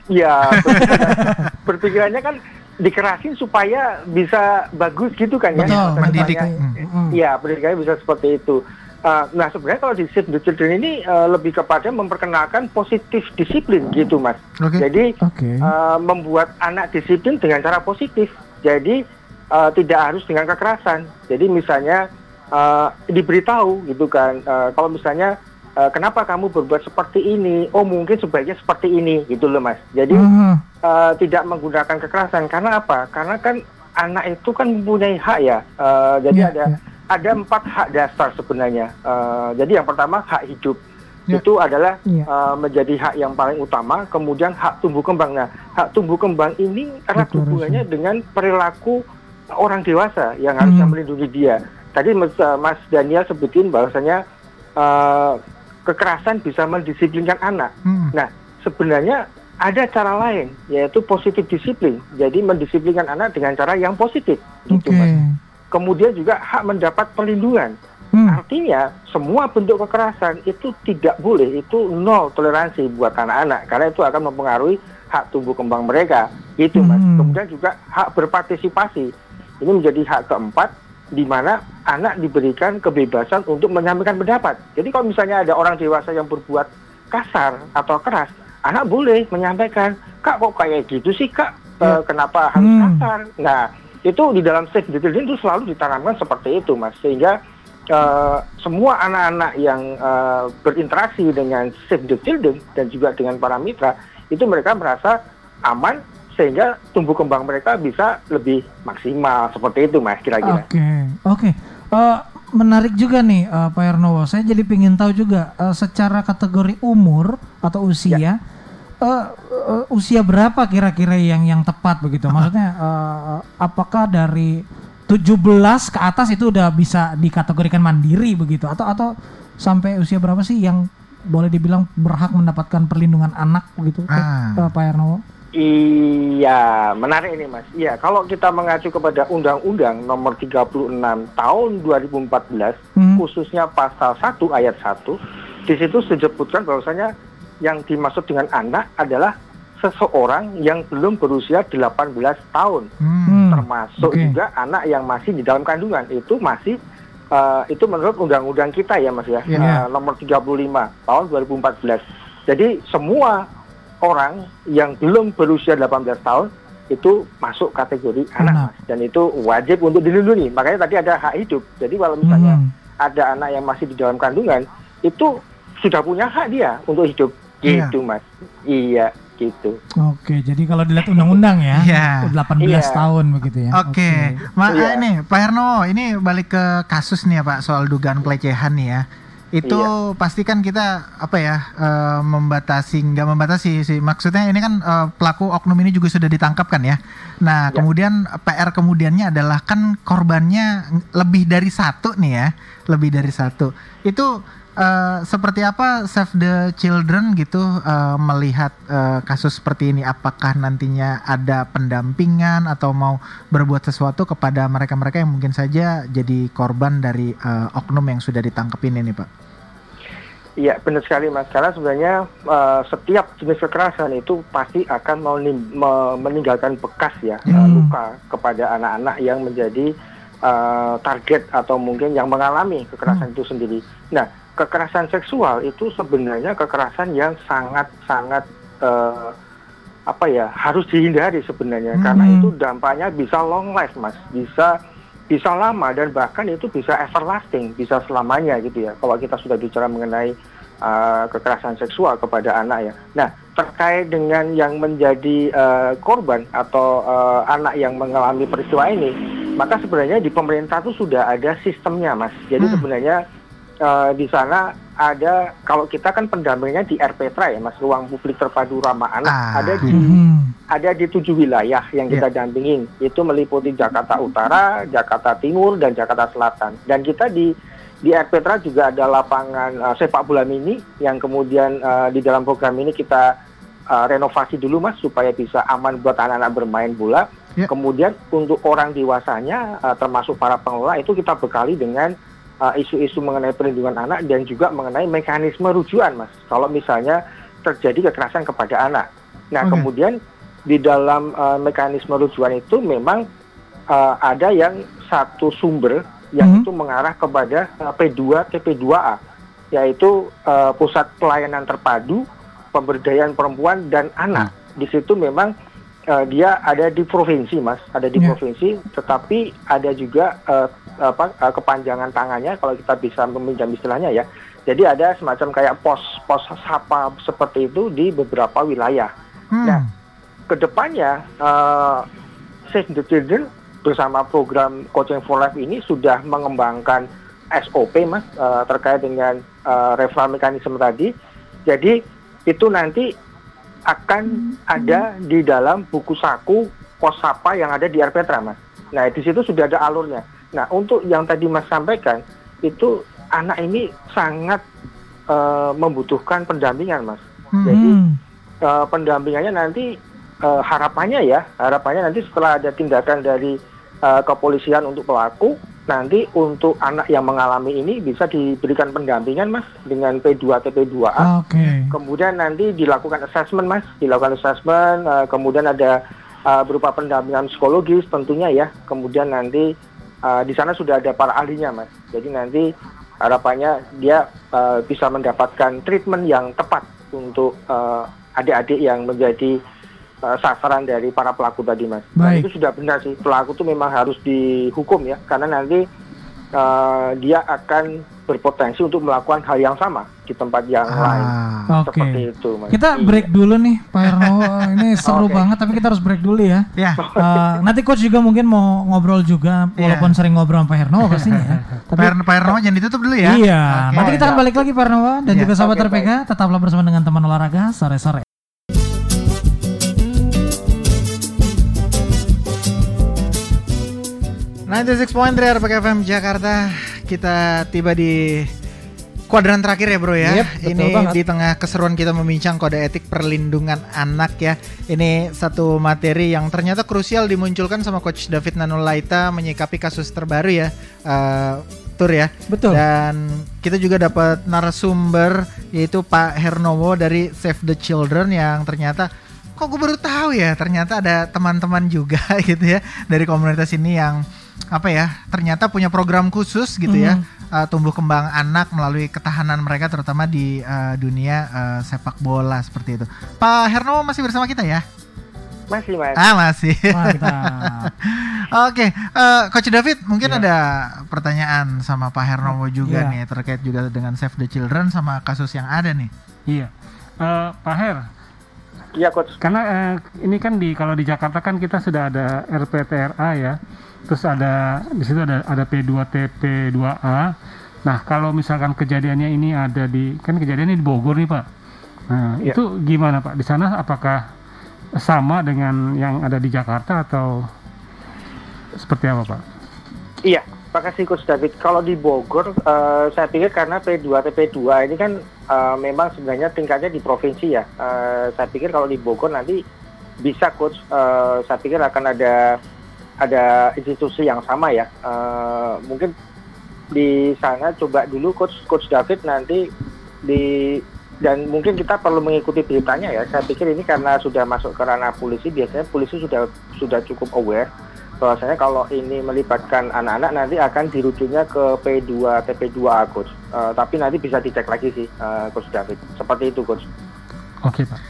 ya berpikiran, berpikirannya kan dikerasin supaya bisa bagus gitu kan ya. Betul, mendidik. Iya, pendidikannya bisa seperti itu. Uh, nah sebenarnya kalau di Save the Children ini uh, lebih kepada memperkenalkan positif disiplin gitu mas. Okay. Jadi Okay. uh, membuat anak disiplin dengan cara positif. Jadi uh, tidak harus dengan kekerasan. Jadi misalnya uh, diberitahu gitu kan. Uh, kalau misalnya uh, kenapa kamu berbuat seperti ini? Oh mungkin sebaiknya seperti ini gitu loh mas. Jadi Uh-huh. uh, tidak menggunakan kekerasan. Karena apa? Karena kan anak itu kan mempunyai hak ya. Uh, jadi Yeah, ada yeah. ada empat hak dasar sebenarnya. Uh, jadi yang pertama hak hidup. Ya. Itu adalah Ya. uh, menjadi hak yang paling utama. Kemudian hak tumbuh kembang. Nah, hak tumbuh kembang ini erat Deklarasi. hubungannya dengan perilaku orang dewasa yang harusnya Hmm. melindungi dia. Tadi Mas, uh, Mas Daniel sebutin bahwasanya uh, kekerasan bisa mendisiplinkan anak. Hmm. Nah, sebenarnya ada cara lain, yaitu positif disiplin. Jadi mendisiplinkan anak dengan cara yang positif, gitu Oke. Mas. Kemudian juga hak mendapat perlindungan. Hmm. Artinya semua bentuk kekerasan itu tidak boleh, itu nol toleransi buat anak-anak karena itu akan mempengaruhi hak tumbuh kembang mereka, gitu mas. Hmm. Kemudian juga hak berpartisipasi, ini menjadi hak keempat di mana anak diberikan kebebasan untuk menyampaikan pendapat. Jadi kalau misalnya ada orang dewasa yang berbuat kasar atau keras, anak boleh menyampaikan, kak kok kayak gitu sih kak, Ya. Eh, kenapa harus Hmm. kasar? Nah itu di dalam Save the Children itu selalu ditanamkan seperti itu mas, sehingga uh, semua anak-anak yang uh, berinteraksi dengan Save the Children dan juga dengan para mitra itu mereka merasa aman sehingga tumbuh kembang mereka bisa lebih maksimal seperti itu mas kira-kira. Oke, oke. Eh, menarik juga nih eh, Pak Ernowo. Saya jadi pengen tahu juga eh, secara kategori umur atau usia, Ya. eh, eh, usia berapa kira-kira yang yang tepat begitu? Maksudnya eh, apakah dari tujuh belas ke atas itu udah bisa dikategorikan mandiri begitu? Atau atau sampai usia berapa sih yang boleh dibilang berhak mendapatkan perlindungan anak begitu, Ah. eh, Pak Ernowo? Iya, menarik ini mas. Iya, kalau kita mengacu kepada Undang-Undang Nomor tiga puluh enam Tahun dua ribu empat belas, Hmm. khususnya pasal satu ayat satu, di situ disebutkan bahwasanya yang dimaksud dengan anak adalah seseorang yang belum berusia delapan belas tahun, Hmm. Hmm. termasuk Oke. juga anak yang masih di dalam kandungan. Itu masih eh, itu menurut undang-undang kita ya mas ya, Iya. Eh, Nomor tiga puluh lima Tahun dua ribu empat belas. Jadi semua orang yang belum berusia delapan belas tahun itu masuk kategori anak, Anak. Mas. Dan itu wajib untuk dilindungi. Makanya tadi ada hak hidup. Jadi kalau misalnya Hmm. ada anak yang masih di dalam kandungan, itu sudah punya hak dia untuk hidup. Iya. Gitu mas. Iya gitu. Oke, jadi kalau dilihat undang-undang ya, Iya. delapan belas Iya. tahun begitu ya. Oke, Ma- Iya. ini Pak Herno, ini balik ke kasus nih ya Pak soal dugaan pelecehan nih ya. Itu Iya. pasti kan kita apa ya eh, membatasi, nggak membatasi sih. Maksudnya ini kan eh, pelaku oknum ini juga sudah ditangkap kan ya. Nah Ya. kemudian P R kemudiannya adalah kan korbannya lebih dari satu nih ya, lebih dari satu. Itu eh, seperti apa Save the Children gitu eh, melihat eh, kasus seperti ini? Apakah nantinya ada pendampingan atau mau berbuat sesuatu kepada mereka-mereka yang mungkin saja jadi korban dari eh, oknum yang sudah ditangkap ini nih Pak? Iya benar sekali mas. Karena sebenarnya eh, setiap jenis kekerasan itu pasti akan menim- me- meninggalkan bekas ya, eh, Hmm. luka kepada anak-anak yang menjadi eh, target atau mungkin yang mengalami kekerasan itu sendiri. Nah, kekerasan seksual itu sebenarnya kekerasan yang sangat-sangat eh, apa ya harus dihindari sebenarnya, Hmm. karena itu dampaknya bisa long life mas, bisa bisa lama dan bahkan itu bisa everlasting, bisa selamanya gitu ya. Kalau kita sudah bicara mengenai uh, kekerasan seksual kepada anak ya. Nah, terkait dengan yang menjadi uh, korban atau uh, anak yang mengalami peristiwa ini, maka sebenarnya di pemerintah itu sudah ada sistemnya mas. Jadi Hmm. sebenarnya uh, di sana ada, kalau kita kan pendampingnya di R P T R A ya mas, ruang publik terpadu ramah anak, Ah. ada di Hmm. ada di tujuh wilayah yang kita dampingin. Itu meliputi Jakarta Utara, Jakarta Timur, dan Jakarta Selatan. Dan kita di di R P T R A juga ada lapangan uh, sepak bola mini yang kemudian uh, di dalam program ini kita uh, renovasi dulu mas supaya bisa aman buat anak-anak bermain bola. Ya. Kemudian untuk orang dewasanya uh, termasuk para pengelola itu kita bekali dengan uh, isu-isu mengenai perlindungan anak dan juga mengenai mekanisme rujukan mas. Kalau misalnya terjadi kekerasan kepada anak. Nah, Oke. kemudian di dalam uh, mekanisme rujukan itu memang uh, ada yang satu sumber yang Hmm. itu mengarah kepada uh, P dua T P dua A, yaitu uh, Pusat Pelayanan Terpadu Pemberdayaan Perempuan dan Anak. Di situ memang uh, dia ada di provinsi, Mas, ada di Ya. provinsi, tetapi ada juga uh, apa uh, kepanjangan tangannya kalau kita bisa meminjam istilahnya ya. Jadi ada semacam kayak pos pos sapa seperti itu di beberapa wilayah. Hmm. Nah, kedepannya uh, Save the Children bersama program Coaching for Life ini sudah mengembangkan S O P, Mas, uh, terkait dengan uh, referral mekanisme tadi. Jadi itu nanti akan ada di dalam buku saku pos sapa yang ada di Rpetra, Mas. Nah, di situ sudah ada alurnya. Nah, untuk yang tadi Mas sampaikan, itu anak ini sangat uh, membutuhkan pendampingan, Mas. Hmm. Jadi uh, pendampingannya nanti uh, harapannya ya, harapannya nanti setelah ada tindakan dari uh, kepolisian untuk pelaku, nanti untuk anak yang mengalami ini bisa diberikan pendampingan, Mas, dengan P dua T P dua A. Oke. Kemudian nanti dilakukan assessment, Mas, dilakukan assessment, uh, kemudian ada uh, berupa pendampingan psikologis tentunya ya. Kemudian nanti uh, di sana sudah ada para ahlinya, Mas. Jadi nanti harapannya dia uh, bisa mendapatkan treatment yang tepat untuk uh, adik-adik yang menjadi uh, sasaran dari para pelaku tadi, Mas. Nah, Baik. itu sudah benar sih, pelaku itu memang harus dihukum ya, karena nanti uh, dia akan berpotensi untuk melakukan hal yang sama di tempat yang lain. Ah. Oke. Seperti itu, Mas. Kita Iya. break dulu nih, Pak Hernowo. Ini seru Oke. banget, tapi kita harus break dulu ya. Ya. Eh, nanti coach juga mungkin mau ngobrol juga, walaupun Iya. sering ngobrol sama Pak Hernowo pastinya. ya. Pak Her- Pak Hernowo jangan ditutup dulu ya. Iya, Oke. nanti kita akan balik lagi Pak Hernowo dan Iya. juga sahabat Oke, R P K. Tetaplah bersama dengan teman olahraga sore-sore. sembilan puluh enam koma tiga R P K F M Jakarta. Kita tiba di kuadran terakhir ya bro ya. Yep, betul Ini banget. di tengah keseruan kita membincang kode etik perlindungan anak ya. Ini satu materi yang ternyata krusial dimunculkan sama Coach David Nanulaita menyikapi kasus terbaru ya. Uh, Tur ya. Betul. Dan kita juga dapat narasumber yaitu Pak Hernowo dari Save the Children yang ternyata kok gue baru tahu ya ternyata ada teman-teman juga gitu ya dari komunitas ini yang apa ya ternyata punya program khusus gitu ya uh, tumbuh kembang anak melalui ketahanan mereka terutama di uh, dunia uh, sepak bola seperti itu. Pak Hernowo masih bersama kita ya? Masih, Mas. Ah masih. Mantap. Oke, uh, Coach David mungkin Ya. ada pertanyaan sama Pak Hernowo juga Ya. nih terkait juga dengan Save the Children sama kasus yang ada nih. Iya. Eh, Pak Her, Iya, Coach. karena eh, ini kan di kalau di Jakarta kan kita sudah ada R P T R A ya. Terus ada di situ ada ada P dua T P dua A. Nah, kalau misalkan kejadiannya ini ada di kan kejadiannya di Bogor nih, Pak. Nah, Iya. itu gimana, Pak? Di sana apakah sama dengan yang ada di Jakarta atau seperti apa, Pak? Iya, makasih Coach David. Kalau di Bogor, eh, saya pikir karena P dua T P dua ini kan eh, memang sebenarnya tingkatnya di provinsi ya. Eh, saya pikir kalau di Bogor nanti bisa Coach, eh, saya pikir akan ada ada institusi yang sama ya. Eh, mungkin di sana coba dulu Coach Coach David nanti di dan mungkin kita perlu mengikuti beritanya ya. Saya pikir ini karena sudah masuk ke ranah polisi, biasanya polisi sudah sudah cukup aware bahwasanya kalau ini melibatkan anak-anak nanti akan dirujuknya ke P dua T P dua A, Coach. Uh, tapi nanti bisa dicek lagi sih, uh, Coach David. Seperti itu, Coach. Oke, Pak.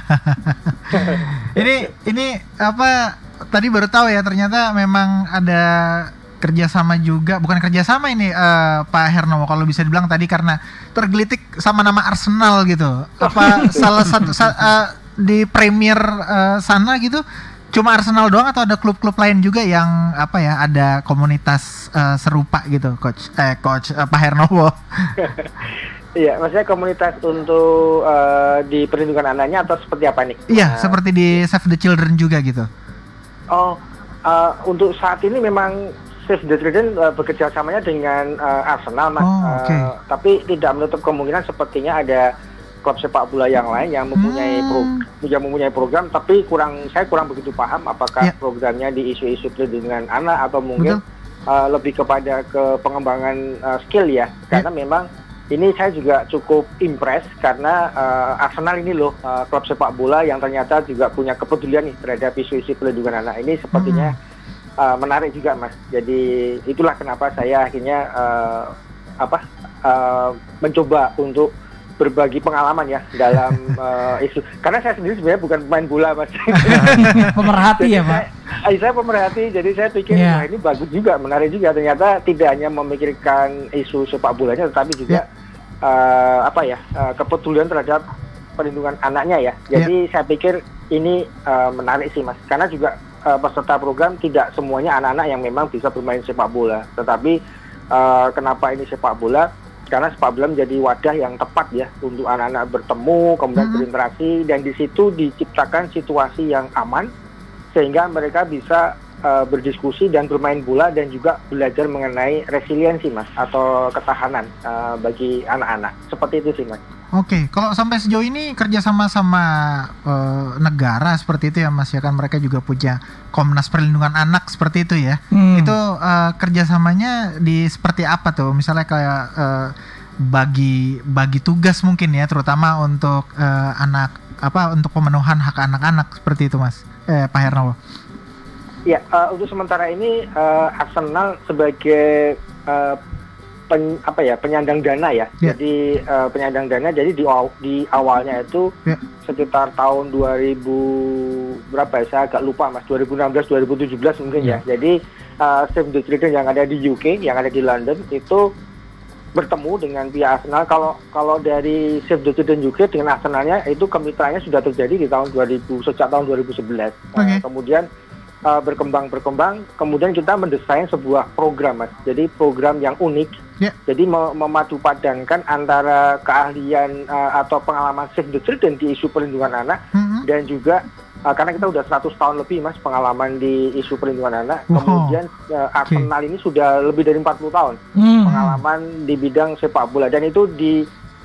ini ini apa tadi baru tahu ya ternyata memang ada kerjasama juga bukan kerjasama ini uh, Pak Hernowo kalau bisa dibilang tadi karena tergelitik sama nama Arsenal gitu apa salah satu sa- uh, di Premier uh, sana gitu cuma Arsenal doang atau ada klub-klub lain juga yang apa ya ada komunitas uh, serupa gitu coach eh coach uh, Pak Hernowo. Iya, maksudnya komunitas untuk uh, di perlindungan anaknya atau seperti apa nih? Iya, Uh, seperti di Save the Children juga gitu. Oh, uh, untuk saat ini memang Save the Children uh, bekerja samanya dengan uh, Arsenal, Mas. Oh, oke. Uh, tapi tidak menutup kemungkinan sepertinya ada klub sepak bola yang lain yang mempunyai Hmm. pro, yang mempunyai program, tapi kurang saya kurang begitu paham apakah Ya. programnya di isu-isu perlindungan anak atau mungkin uh, lebih kepada ke pengembangan uh, skill ya, karena memang ini saya juga cukup impress karena uh, Arsenal ini loh uh, klub sepak bola yang ternyata juga punya kepedulian nih terhadap isu-isu pelindungan anak. Ini sepertinya hmm. uh, menarik juga Mas. Jadi itulah kenapa saya akhirnya uh, apa uh, mencoba untuk berbagi pengalaman ya dalam uh, isu. Karena saya sendiri sebenarnya bukan pemain bola Mas. Pemerhati ya Pak? Saya, saya pemerhati, jadi saya pikir yeah. Wah, ini bagus juga, menarik juga. Ternyata tidak hanya memikirkan isu sepak bolanya, tetapi juga yeah. uh, apa ya uh, kepedulian terhadap perlindungan anaknya ya. Jadi yeah. saya pikir ini uh, menarik sih Mas. Karena juga uh, peserta program tidak semuanya anak-anak yang memang bisa bermain sepak bola. Tetapi uh, kenapa ini sepak bola? Karena sepak bola menjadi wadah yang tepat ya untuk anak-anak bertemu, kemudian hmm. berinteraksi, dan di situ diciptakan situasi yang aman sehingga mereka bisa uh, berdiskusi dan bermain bola dan juga belajar mengenai resiliensi Mas atau ketahanan uh, bagi anak-anak. Seperti itu sih Mas. Oke, kalau sampai sejauh ini kerjasama sama uh, negara seperti itu ya Mas ya, kan mereka juga punya Komnas Perlindungan Anak seperti itu ya. Hmm. Itu uh, kerjasamanya di seperti apa tuh? Misalnya kayak uh, bagi bagi tugas mungkin ya, terutama untuk uh, anak apa untuk pemenuhan hak anak-anak seperti itu Mas. Eh, Pak Hernawo. Ya, uh, untuk sementara ini uh, Arsenal sebagai uh, Pen, apa ya penyandang dana ya, yeah. jadi uh, penyandang dana. Jadi di, di awalnya itu yeah. sekitar tahun dua ribu berapa ya, saya agak lupa Mas, dua ribu enam belas dua ribu tujuh belas mungkin yeah. ya. Jadi uh, Save the Children yang ada di U K, yang ada di London itu bertemu dengan pihak Arsenal. Kalau kalau dari Save the Children U K dengan Arsenalnya itu kemitraannya sudah terjadi di tahun dua ribu sejak tahun dua ribu sebelas. Okay. Uh, kemudian uh, berkembang berkembang, kemudian kita mendesain sebuah program Mas. Jadi program yang unik. Yeah. Jadi mem- memadupadankan antara keahlian uh, atau pengalaman Save the Children di isu perlindungan anak mm-hmm. dan juga uh, karena kita udah seratus tahun lebih Mas pengalaman di isu perlindungan anak. Oh. Kemudian uh, Arsenal okay. ini sudah lebih dari empat puluh tahun mm-hmm. pengalaman di bidang sepak bola, dan itu di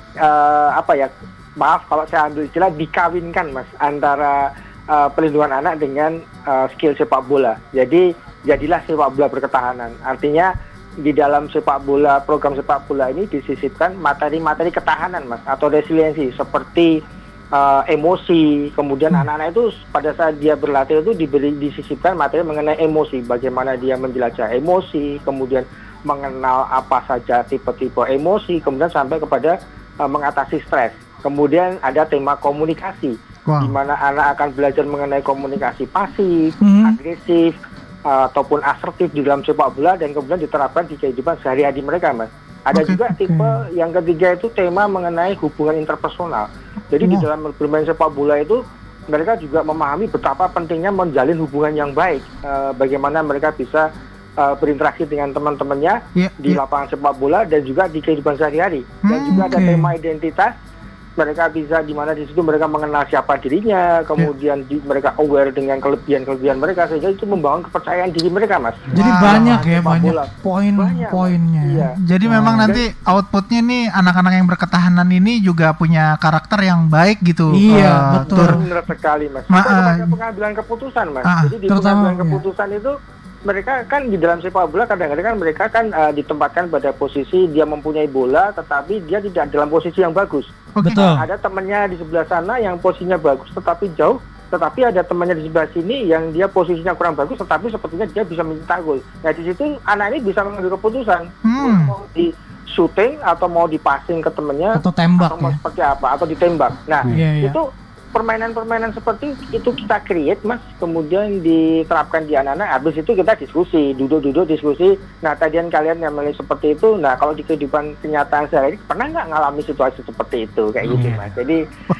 uh, apa ya maaf kalau saya ambil istilah dikawinkan Mas antara uh, perlindungan anak dengan uh, skill sepak bola. Jadi jadilah sepak bola berketahanan. Artinya di dalam sepak bola, program sepak bola ini disisipkan materi-materi ketahanan Mas atau resiliensi seperti uh, emosi. Kemudian hmm. anak-anak itu pada saat dia berlatih itu diberi disisipkan materi mengenai emosi, bagaimana dia menjelajah emosi, kemudian mengenal apa saja tipe-tipe emosi, kemudian sampai kepada uh, mengatasi stres. Kemudian ada tema komunikasi, wow. di mana anak akan belajar mengenai komunikasi pasif, hmm. agresif, ataupun asertif di dalam sepak bola, dan kemudian diterapkan di kehidupan sehari-hari mereka Mas. Ada okay, juga tipe okay. yang ketiga itu tema mengenai hubungan interpersonal. Jadi wow. di dalam bermain sepak bola itu mereka juga memahami betapa pentingnya menjalin hubungan yang baik. Uh, bagaimana mereka bisa uh, berinteraksi dengan teman-temannya yeah, di yeah. lapangan sepak bola dan juga di kehidupan sehari-hari. Dan hmm, juga ada okay. tema identitas. Mereka bisa di mana di situ mereka mengenal siapa dirinya, kemudian yeah. di, mereka aware dengan kelebihan-kelebihan mereka, sehingga itu membangun kepercayaan diri mereka Mas. Jadi wow. banyak ya, banyak poin-poinnya. Iya. Jadi wow. memang nanti outputnya nih anak-anak yang berketahanan ini juga punya karakter yang baik gitu. Iya uh, betul. Benar sekali Mas. Ma- uh, pengambilan keputusan Mas. Uh, Jadi di pengambilan iya. keputusan itu mereka kan di dalam sepak bola kadang-kadang kan mereka kan uh, ditempatkan pada posisi dia mempunyai bola tetapi dia tidak dalam posisi yang bagus. Okay. Betul. Nah, ada temannya di sebelah sana yang posisinya bagus tetapi jauh, tetapi ada temannya di sebelah sini yang dia posisinya kurang bagus tetapi sepertinya dia bisa mencetak gol. Nah di situ anak ini bisa mengambil keputusan hmm. mau di shooting atau mau di passing ke temannya atau tembak atau mau ya? seperti apa atau ditembak. Nah yeah, itu yeah. permainan-permainan seperti itu kita create Mas, kemudian diterapkan di anak-anak. Habis itu kita diskusi, duduk-duduk diskusi. Nah tadian kalian yang memilih seperti itu, nah kalau di kehidupan kenyataan sehari pernah nggak ngalami situasi seperti itu kayak gitu Mas. Jadi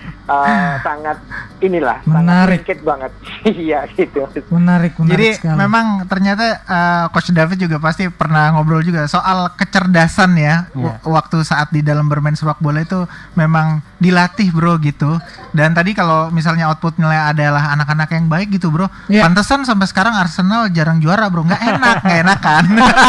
uh, sangat inilah menarik. sangat sedikit banget. Iya gitu. Menarik, menarik Jadi sekali. memang ternyata uh, Coach David juga pasti pernah ngobrol juga soal kecerdasan ya. Yeah. W- waktu saat di dalam bermain sepak bola itu memang dilatih bro gitu. Dan tadi kalau misalnya output nilai adalah anak-anak yang baik gitu bro, yeah. pantesan sampai sekarang Arsenal jarang juara bro, nggak enak, nggak enakan.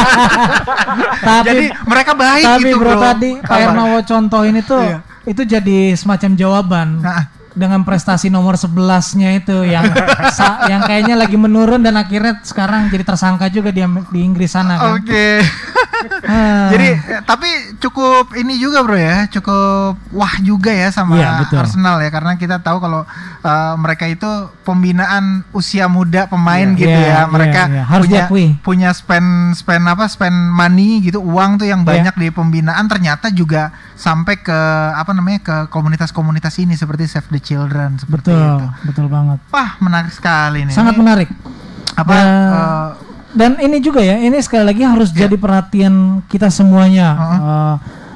Tapi, jadi mereka baik tapi gitu bro. bro. Tadi Pak Hernawo contoh ini tuh, yeah. itu jadi semacam jawaban. Nah. Dengan prestasi nomor sebelasnya itu yang sa- yang kayaknya lagi menurun dan akhirnya sekarang jadi tersangka juga di, di Inggris sana kan. Oke. Okay. Ah. Jadi eh, tapi cukup ini juga bro ya, cukup wah juga ya sama Iya, betul. Arsenal ya, karena kita tahu kalau uh, mereka itu pembinaan usia muda pemain Iya, gitu iya, ya, mereka iya, iya. Harus punya diakui. punya spend spend apa spend money gitu, uang tuh yang Iya. banyak di pembinaan, ternyata juga sampai ke apa namanya ke komunitas-komunitas ini seperti Save the Children seperti Betul, itu. betul banget. Wah menarik sekali nih. Sangat Ini menarik. apa? Dan, eh, dan ini juga ya, ini sekali lagi harus Iya. jadi perhatian kita semuanya. Heeh. eh,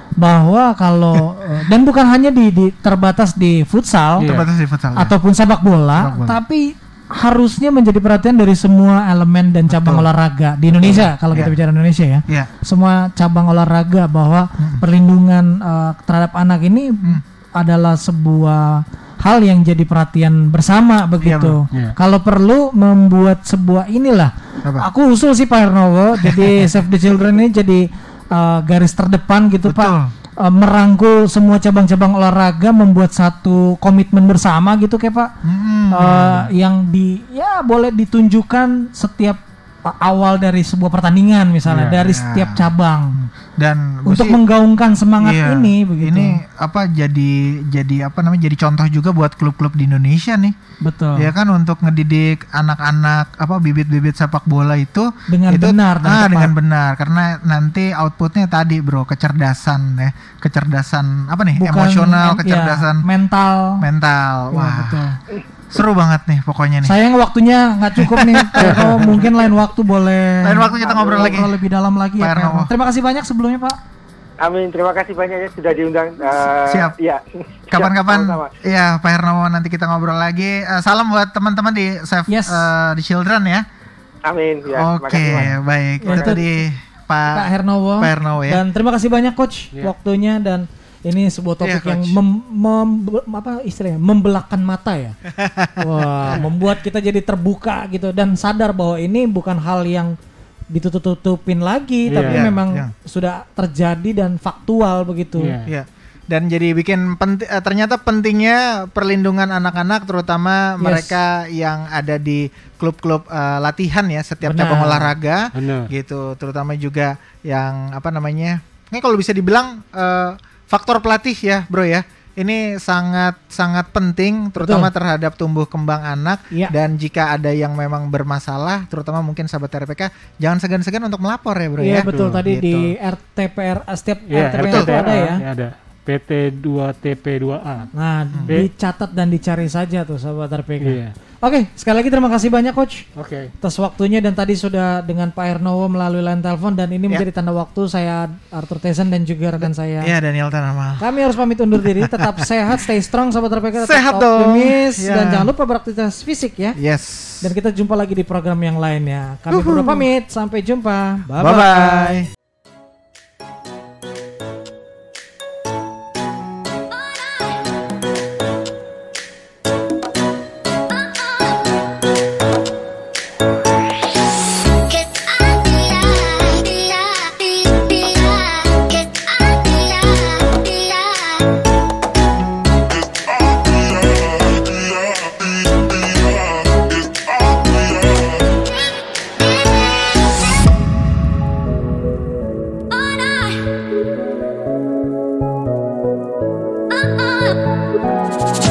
bahwa kalau eh, dan bukan hanya di, di terbatas di futsal Iya. terbatas di futsal. ya. ataupun sepak bola, Sepak bola. tapi harusnya menjadi perhatian dari semua elemen dan cabang Betul. olahraga di Indonesia. Kalau kita Iya. bicara Indonesia ya, Iya. semua cabang olahraga, bahwa perlindungan eh, terhadap anak ini Hmm. adalah sebuah hal yang jadi perhatian bersama begitu. Bro. Iya. Kalau perlu membuat sebuah inilah, Apa? aku usul sih Pak Hernowo, jadi Save the Children ini jadi uh, garis terdepan gitu Betul. Pak. Uh, merangkul semua cabang-cabang olahraga, membuat satu komitmen bersama gitu kayak Pak. Hmm. Uh, yang di ya boleh ditunjukkan setiap uh, awal dari sebuah pertandingan misalnya, Iya. dari Iya. setiap cabang Dan gua untuk sih- menggaungkan semangat iya, ini begitu. Ini apa jadi jadi apa namanya jadi contoh juga buat klub-klub di Indonesia nih. Betul. Ya kan, untuk ngedidik anak-anak apa bibit-bibit sepak bola itu Dengan itu, benar dan ah, tepat. dengan benar, karena nanti outputnya tadi bro, kecerdasan ya, kecerdasan apa nih, Bukan emosional, men- kecerdasan ya, mental. mental. Ya, Wah, betul. seru banget nih pokoknya nih. Sayang waktunya nggak cukup nih. Atau mungkin lain waktu boleh. Lain waktu kita ngobrol lagi. lebih dalam lagi Pak ya, Pak Hernowo. Hernowo. Terima kasih banyak sebelumnya Pak. Amin, terima kasih banyak ya sudah diundang. eh, Siap. Ya. Kapan-kapan Siap, sama-sama. ya Pak Hernowo, nanti kita ngobrol lagi. Eh, salam buat teman-teman di Save Yes. eh, the Children ya. Amin. Ya, Oke, makasih, Mas. baik. Ya, Itu itu tadi Pak, Pak Hernowo. Pak Hernowo ya. Dan terima kasih banyak Coach Ya. waktunya, dan ini sebuah topik Iya, yang Coach. mem- mem- apa istilahnya membelakkan mata ya. Wah, membuat kita jadi terbuka gitu dan sadar bahwa ini bukan hal yang ditutup-tutupin lagi, Iya. tapi Iya, memang iya. sudah terjadi dan faktual begitu. Iya. Iya. Dan jadi bikin penti- eh, ternyata pentingnya perlindungan anak-anak, terutama Yes. mereka yang ada di klub-klub eh, latihan ya, setiap Benar. cabang olahraga Benar. gitu, terutama juga yang apa namanya, ini kalau bisa dibilang eh, faktor pelatih ya bro ya, ini sangat sangat penting, terutama Betul. terhadap tumbuh kembang anak. Iya. Dan jika ada yang memang bermasalah, terutama mungkin sahabat R P K, jangan segan-segan untuk melapor ya bro Iya ya. betul, tadi Gitu. di R T P R setiap Iya, R T P R R T P itu ada ya. Ada. P T dua T P dua A. Nah, dicatat dan dicari saja tuh sahabat R P K. Iya. Oke, sekali lagi terima kasih banyak Coach Oke. atas waktunya, dan tadi sudah dengan Pak Hernowo melalui line telepon, dan ini Ya. menjadi tanda waktu. Saya Arthur Tesen dan juga rekan saya. Iya, Daniel Tanamal. Kami harus pamit undur diri. Tetap sehat, stay strong sahabat R P K, tetap Sehat dong. optimis, Ya. dan jangan lupa beraktivitas fisik ya. Yes. Dan kita jumpa lagi di program yang lainnya. Kami berdua pamit, sampai jumpa. Bye Bye bye. Oh, oh.